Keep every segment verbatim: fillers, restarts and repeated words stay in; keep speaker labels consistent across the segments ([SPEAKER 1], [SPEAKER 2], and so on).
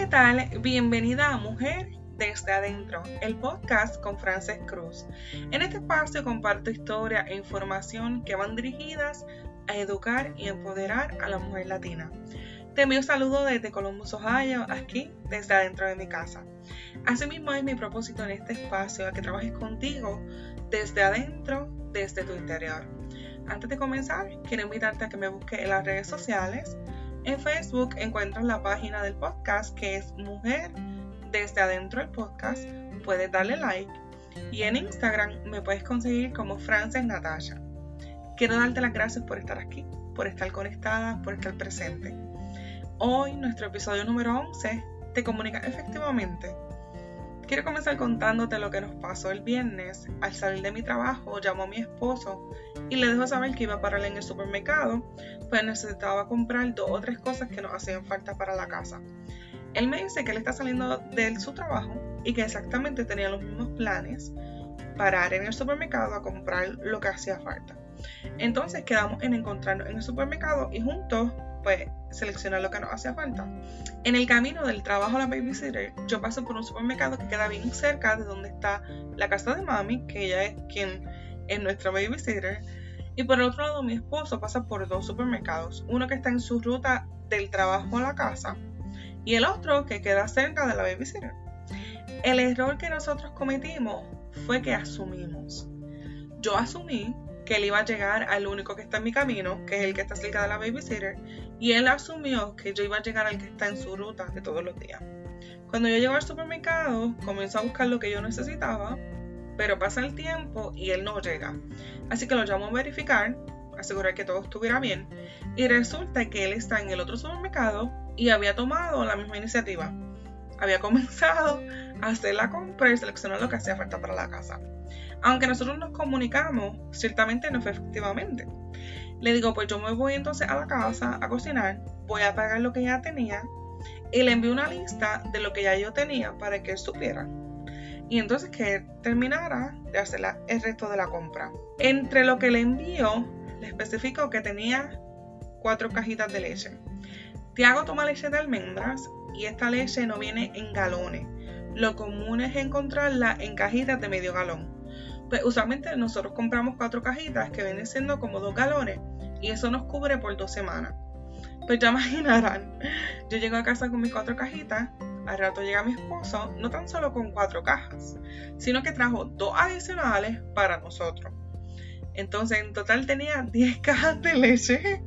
[SPEAKER 1] ¿qué tal? Bienvenida a Mujer desde Adentro, el podcast con Frances Cruz. En este espacio comparto historia e información que van dirigidas a educar y empoderar a la mujer latina. Te envío saludos desde Columbus, Ohio, aquí desde adentro de mi casa. Asimismo es mi propósito en este espacio, a que trabajes contigo desde adentro, desde tu interior. Antes de comenzar, quiero invitarte a que me busques en las redes sociales. En Facebook encuentras la página del podcast que es Mujer desde Adentro el podcast. Puedes darle like. Y en Instagram me puedes conseguir como Frances Natasha. Quiero darte las gracias por estar aquí, por estar conectada, por estar presente. Hoy, nuestro episodio número once, Te comunicas efectivamente. Quiero comenzar contándote lo que nos pasó el viernes. Al salir de mi trabajo, llamó a mi esposo y le dejó saber que iba a parar en el supermercado, pues necesitaba comprar dos o tres cosas que nos hacían falta para la casa. Él me dice que él está saliendo de su trabajo y que exactamente tenía los mismos planes, parar en el supermercado a comprar lo que hacía falta. Entonces quedamos en encontrarnos en el supermercado y juntos pues seleccionar lo que nos hacía falta. En el camino del trabajo a la babysitter, yo paso por un supermercado que queda bien cerca de donde está la casa de mami, que ella es quien es nuestra babysitter, y por el otro lado mi esposo pasa por dos supermercados, uno que está en su ruta del trabajo a la casa y el otro que queda cerca de la babysitter. El error que nosotros cometimos fue que asumimos. Yo asumí que él iba a llegar al único que está en mi camino, que es el que está cerca de la babysitter, y él asumió que yo iba a llegar al que está en su ruta de todos los días. Cuando yo llego al supermercado, comenzó a buscar lo que yo necesitaba, pero pasa el tiempo y él no llega. Así que lo llamo a verificar, asegurar que todo estuviera bien, y resulta que él está en el otro supermercado y había tomado la misma iniciativa. Había comenzado a hacer la compra y seleccionar lo que hacía falta para la casa. Aunque nosotros nos comunicamos, ciertamente no fue efectivamente. Le digo, pues yo me voy entonces a la casa a cocinar, voy a pagar lo que ya tenía y le envío una lista de lo que ya yo tenía para que él supiera. Y entonces que él terminara de hacer la, el resto de la compra. Entre lo que le envío, le especifico que tenía cuatro cajitas de leche. Tiago toma leche de almendras y esta leche no viene en galones. Lo común es encontrarla en cajitas de medio galón. Pues usualmente nosotros compramos cuatro cajitas que vienen siendo como dos galones y eso nos cubre por dos semanas. Pues ya imaginarán, yo llego a casa con mis cuatro cajitas, al rato llega mi esposo, no tan solo con cuatro cajas, sino que trajo dos adicionales para nosotros. Entonces en total tenía diez cajas de leche,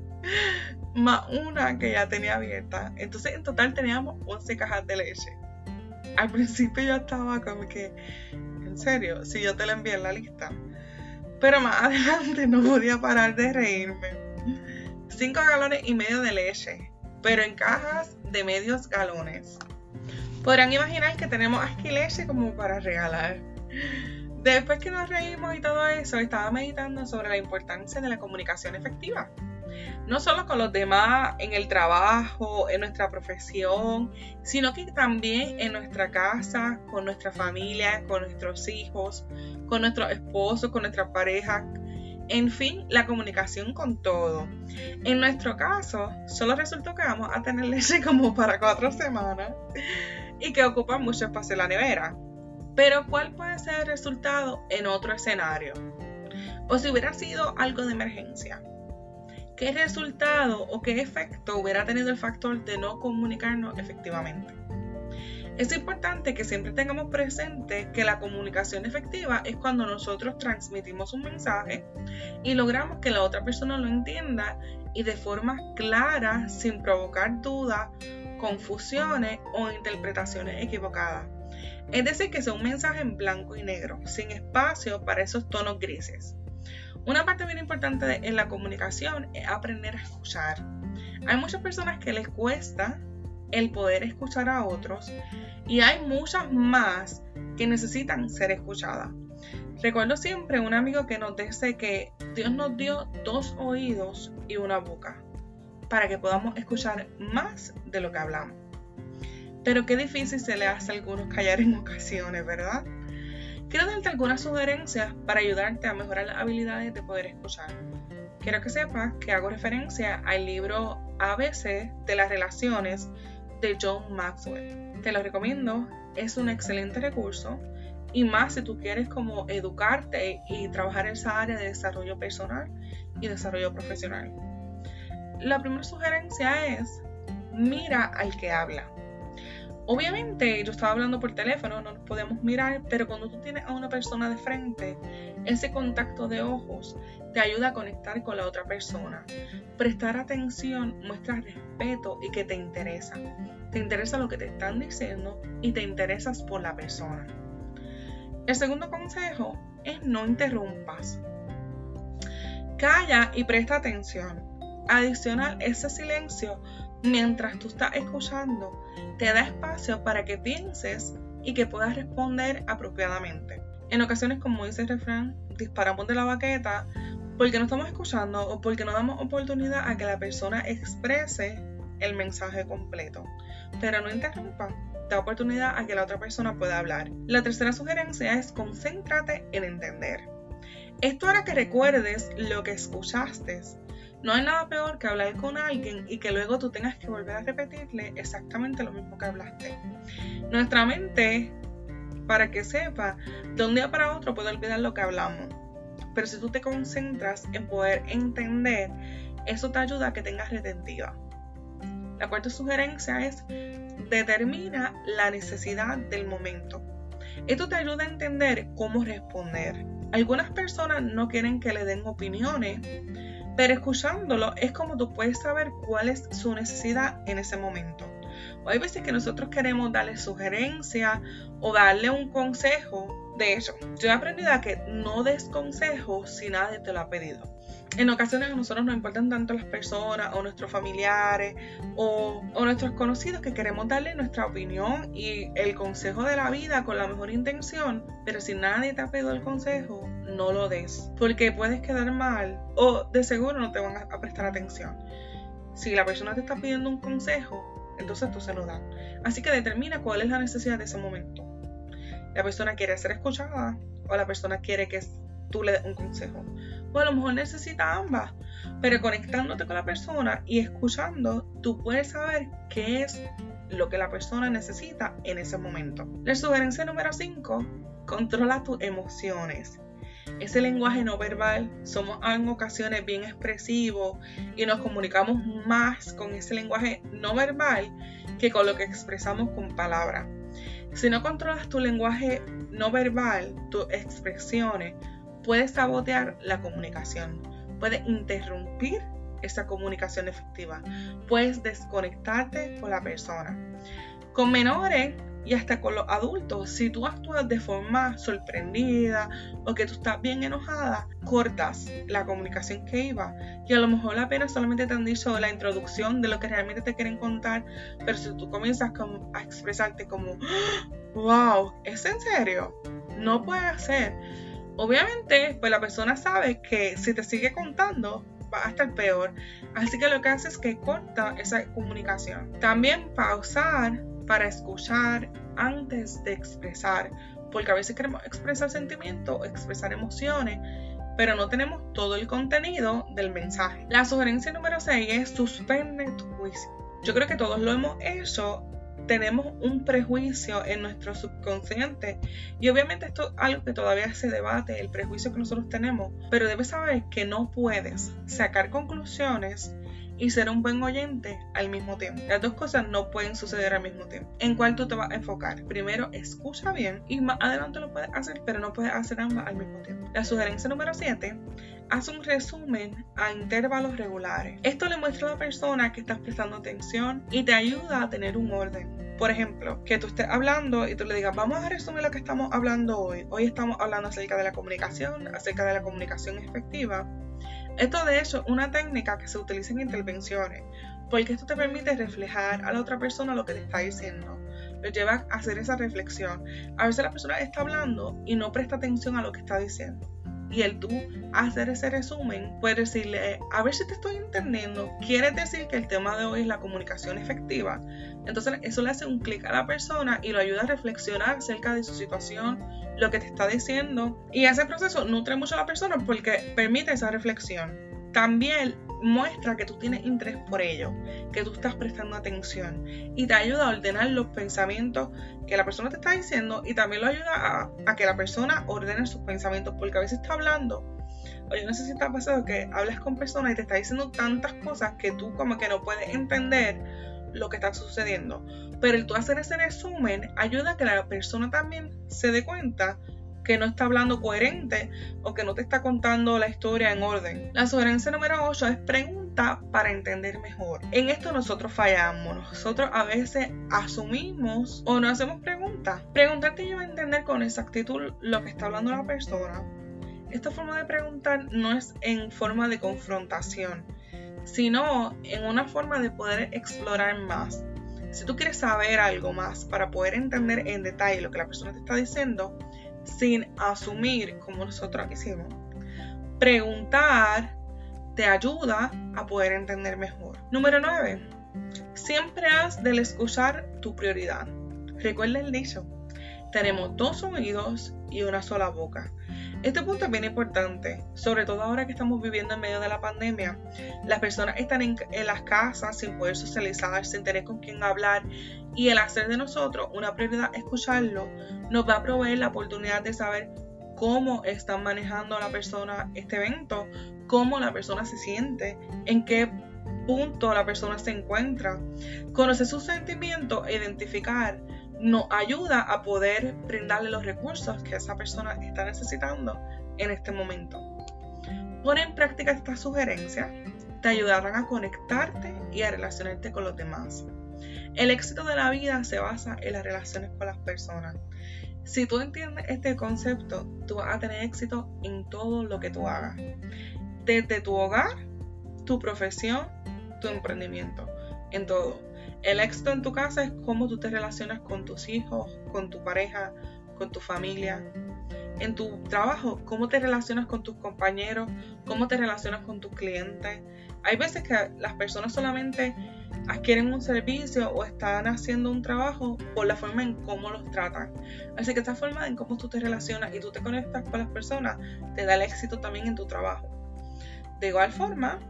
[SPEAKER 1] más una que ya tenía abierta. Entonces en total teníamos once cajas de leche. Al principio yo estaba como que, en serio, si yo te la envié en la lista. Pero más adelante no podía parar de reírme. Cinco galones y medio de leche, pero en cajas de medios galones. Podrán imaginar que tenemos aquí leche como para regalar. Después que nos reímos y todo eso, estaba meditando sobre la importancia de la comunicación efectiva. No solo con los demás en el trabajo, en nuestra profesión, sino que también en nuestra casa, con nuestra familia, con nuestros hijos, con nuestros esposos, con nuestra pareja. En fin, la comunicación con todo. En nuestro caso, solo resultó que vamos a tener leche como para cuatro semanas y que ocupa mucho espacio en la nevera. Pero ¿cuál puede ser el resultado en otro escenario? O si hubiera sido algo de emergencia. ¿Qué resultado o qué efecto hubiera tenido el factor de no comunicarnos efectivamente? Es importante que siempre tengamos presente que la comunicación efectiva es cuando nosotros transmitimos un mensaje y logramos que la otra persona lo entienda y de forma clara, sin provocar dudas, confusiones o interpretaciones equivocadas. Es decir, que sea un mensaje en blanco y negro, sin espacio para esos tonos grises. Una parte bien importante de, en la comunicación es aprender a escuchar. Hay muchas personas que les cuesta el poder escuchar a otros y hay muchas más que necesitan ser escuchadas. Recuerdo siempre un amigo que nos dice que Dios nos dio dos oídos y una boca para que podamos escuchar más de lo que hablamos. Pero qué difícil se le hace a algunos callar en ocasiones, ¿verdad? Quiero darte algunas sugerencias para ayudarte a mejorar las habilidades de poder escuchar. Quiero que sepas que hago referencia al libro A B C de las relaciones de John Maxwell. Te lo recomiendo, es un excelente recurso y más si tú quieres como educarte y trabajar esa área de desarrollo personal y desarrollo profesional. La primera sugerencia es, mira al que habla. Obviamente yo estaba hablando por teléfono, no nos podemos mirar, pero cuando tú tienes a una persona de frente, ese contacto de ojos te ayuda a conectar con la otra persona. Prestar atención muestra respeto y que te interesa. Te interesa lo que te están diciendo y te interesas por la persona. El segundo consejo es no interrumpas. Calla y presta atención. Adicional, ese silencio mientras tú estás escuchando te da espacio para que pienses y que puedas responder apropiadamente. En ocasiones, como dice el refrán, disparamos de la baqueta porque no estamos escuchando o porque no damos oportunidad a que la persona exprese el mensaje completo. Pero no interrumpa, da oportunidad a que la otra persona pueda hablar. La tercera sugerencia es concéntrate en entender. Esto hará que recuerdes lo que escuchaste. No hay nada peor que hablar con alguien y que luego tú tengas que volver a repetirle exactamente lo mismo que hablaste. Nuestra mente, para que sepa, de un día para otro puede olvidar lo que hablamos. Pero si tú te concentras en poder entender, eso te ayuda a que tengas retentiva. La cuarta sugerencia es, determina la necesidad del momento. Esto te ayuda a entender cómo responder. Algunas personas no quieren que le den opiniones, pero escuchándolo es como tú puedes saber cuál es su necesidad en ese momento. O hay veces que nosotros queremos darle sugerencias o darle un consejo. De hecho, yo he aprendido a que no des consejos si nadie te lo ha pedido. En ocasiones a nosotros nos importan tanto las personas o nuestros familiares o, o nuestros conocidos que queremos darle nuestra opinión y el consejo de la vida con la mejor intención, pero si nadie te ha pedido el consejo, no lo des, porque puedes quedar mal o de seguro no te van a prestar atención. Si la persona te está pidiendo un consejo, entonces tú se lo das. Así que determina cuál es la necesidad de ese momento. La persona quiere ser escuchada o la persona quiere que tú le des un consejo. O a lo mejor necesita ambas, pero conectándote con la persona y escuchando, tú puedes saber qué es lo que la persona necesita en ese momento. La sugerencia número cinco, controla tus emociones. Ese lenguaje no verbal, somos en ocasiones bien expresivos y nos comunicamos más con ese lenguaje no verbal que con lo que expresamos con palabras. Si no controlas tu lenguaje no verbal, tus expresiones, puedes sabotear la comunicación, puedes interrumpir esa comunicación efectiva, puedes desconectarte con la persona. Con menores y hasta con los adultos, si tú actúas de forma sorprendida o que tú estás bien enojada, cortas la comunicación que iba y a lo mejor apenas solamente te han dicho la introducción de lo que realmente te quieren contar, pero si tú comienzas a expresarte como wow, ¿es en serio? No puede ser. Obviamente, pues la persona sabe que si te sigue contando va a estar peor, así que lo que hace es que corta esa comunicación. También pausar para escuchar antes de expresar, porque a veces queremos expresar sentimientos, expresar emociones, pero no tenemos todo el contenido del mensaje. La sugerencia número seis es suspende tu juicio. Yo creo que todos lo hemos hecho. Tenemos un prejuicio en nuestro subconsciente y obviamente esto es algo que todavía se debate, el prejuicio que nosotros tenemos, pero debes saber que no puedes sacar conclusiones y ser un buen oyente al mismo tiempo. Las dos cosas no pueden suceder al mismo tiempo. ¿En cuál tú te vas a enfocar? Primero, escucha bien y más adelante lo puedes hacer, pero no puedes hacer ambas al mismo tiempo. La sugerencia número siete, haz un resumen a intervalos regulares. Esto le muestra a la persona que estás prestando atención y te ayuda a tener un orden. Por ejemplo, que tú estés hablando y tú le digas, vamos a resumir lo que estamos hablando hoy. Hoy estamos hablando acerca de la comunicación, acerca de la comunicación efectiva. Esto de hecho es una técnica que se utiliza en intervenciones, porque esto te permite reflejar a la otra persona lo que te está diciendo. Lo lleva a hacer esa reflexión. A veces la persona está hablando y no presta atención a lo que está diciendo. Y el tú hacer ese resumen, puedes decirle, a ver si te estoy entendiendo, ¿quieres decir que el tema de hoy es la comunicación efectiva? Entonces eso le hace un clic a la persona y lo ayuda a reflexionar acerca de su situación, lo que te está diciendo. Y ese proceso nutre mucho a la persona porque permite esa reflexión. También muestra que tú tienes interés por ello, que tú estás prestando atención y te ayuda a ordenar los pensamientos que la persona te está diciendo y también lo ayuda a, a que la persona ordene sus pensamientos, porque a veces está hablando, o yo no sé si te ha pasado que hablas con personas y te está diciendo tantas cosas que tú como que no puedes entender lo que está sucediendo, pero el tú hacer ese resumen ayuda a que la persona también se dé cuenta que no está hablando coherente o que no te está contando la historia en orden. La sugerencia número ocho es pregunta para entender mejor. En esto nosotros fallamos. Nosotros a veces asumimos o no hacemos preguntas. Preguntarte lleva a entender con exactitud lo que está hablando la persona. Esta forma de preguntar no es en forma de confrontación, sino en una forma de poder explorar más. Si tú quieres saber algo más para poder entender en detalle lo que la persona te está diciendo, sin asumir como nosotros hicimos, preguntar te ayuda a poder entender mejor. Número nueve. Siempre haz del escuchar tu prioridad. Recuerda el dicho, tenemos dos oídos y una sola boca. Este punto es bien importante, sobre todo ahora que estamos viviendo en medio de la pandemia. Las personas están en, en las casas sin poder socializar, sin tener con quién hablar, y el hacer de nosotros una prioridad escucharlo nos va a proveer la oportunidad de saber cómo están manejando a la persona este evento, cómo la persona se siente, en qué punto la persona se encuentra. Conocer sus sentimientos e identificar nos ayuda a poder brindarle los recursos que esa persona está necesitando en este momento. Poner en práctica estas sugerencias te ayudarán a conectarte y a relacionarte con los demás. El éxito de la vida se basa en las relaciones con las personas. Si tú entiendes este concepto, tú vas a tener éxito en todo lo que tú hagas. Desde tu hogar, tu profesión, tu emprendimiento, en todo. El éxito en tu casa es cómo tú te relacionas con tus hijos, con tu pareja, con tu familia. En tu trabajo, cómo te relacionas con tus compañeros, cómo te relacionas con tus clientes. Hay veces que las personas solamente adquieren un servicio o están haciendo un trabajo por la forma en cómo los tratan. Así que esta forma en cómo tú te relacionas y tú te conectas con las personas te da el éxito también en tu trabajo. De igual forma,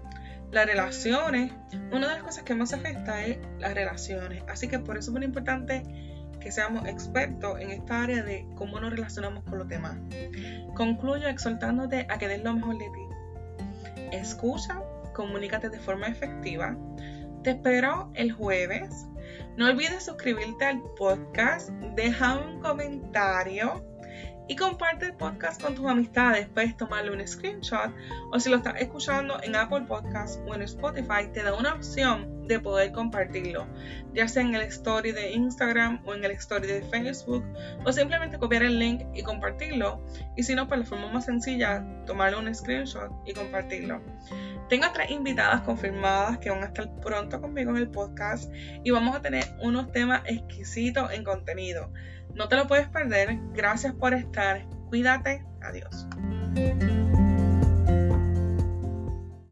[SPEAKER 1] las relaciones, una de las cosas que más afecta es las relaciones. Así que por eso es muy importante que seamos expertos en esta área de cómo nos relacionamos con los demás. Concluyo exhortándote a que des lo mejor de ti. Escucha, comunícate de forma efectiva. Te espero el jueves. No olvides suscribirte al podcast, deja un comentario y comparte el podcast con tus amistades. Puedes tomarle un screenshot o si lo estás escuchando en Apple Podcasts o en Spotify, te da una opción de poder compartirlo, ya sea en el story de Instagram o en el story de Facebook, o simplemente copiar el link y compartirlo, y si no, pues la forma más sencilla, tomarle un screenshot y compartirlo. Tengo tres invitadas confirmadas que van a estar pronto conmigo en el podcast y vamos a tener unos temas exquisitos en contenido. No te lo puedes perder. Gracias por estar. Cuídate. Adiós.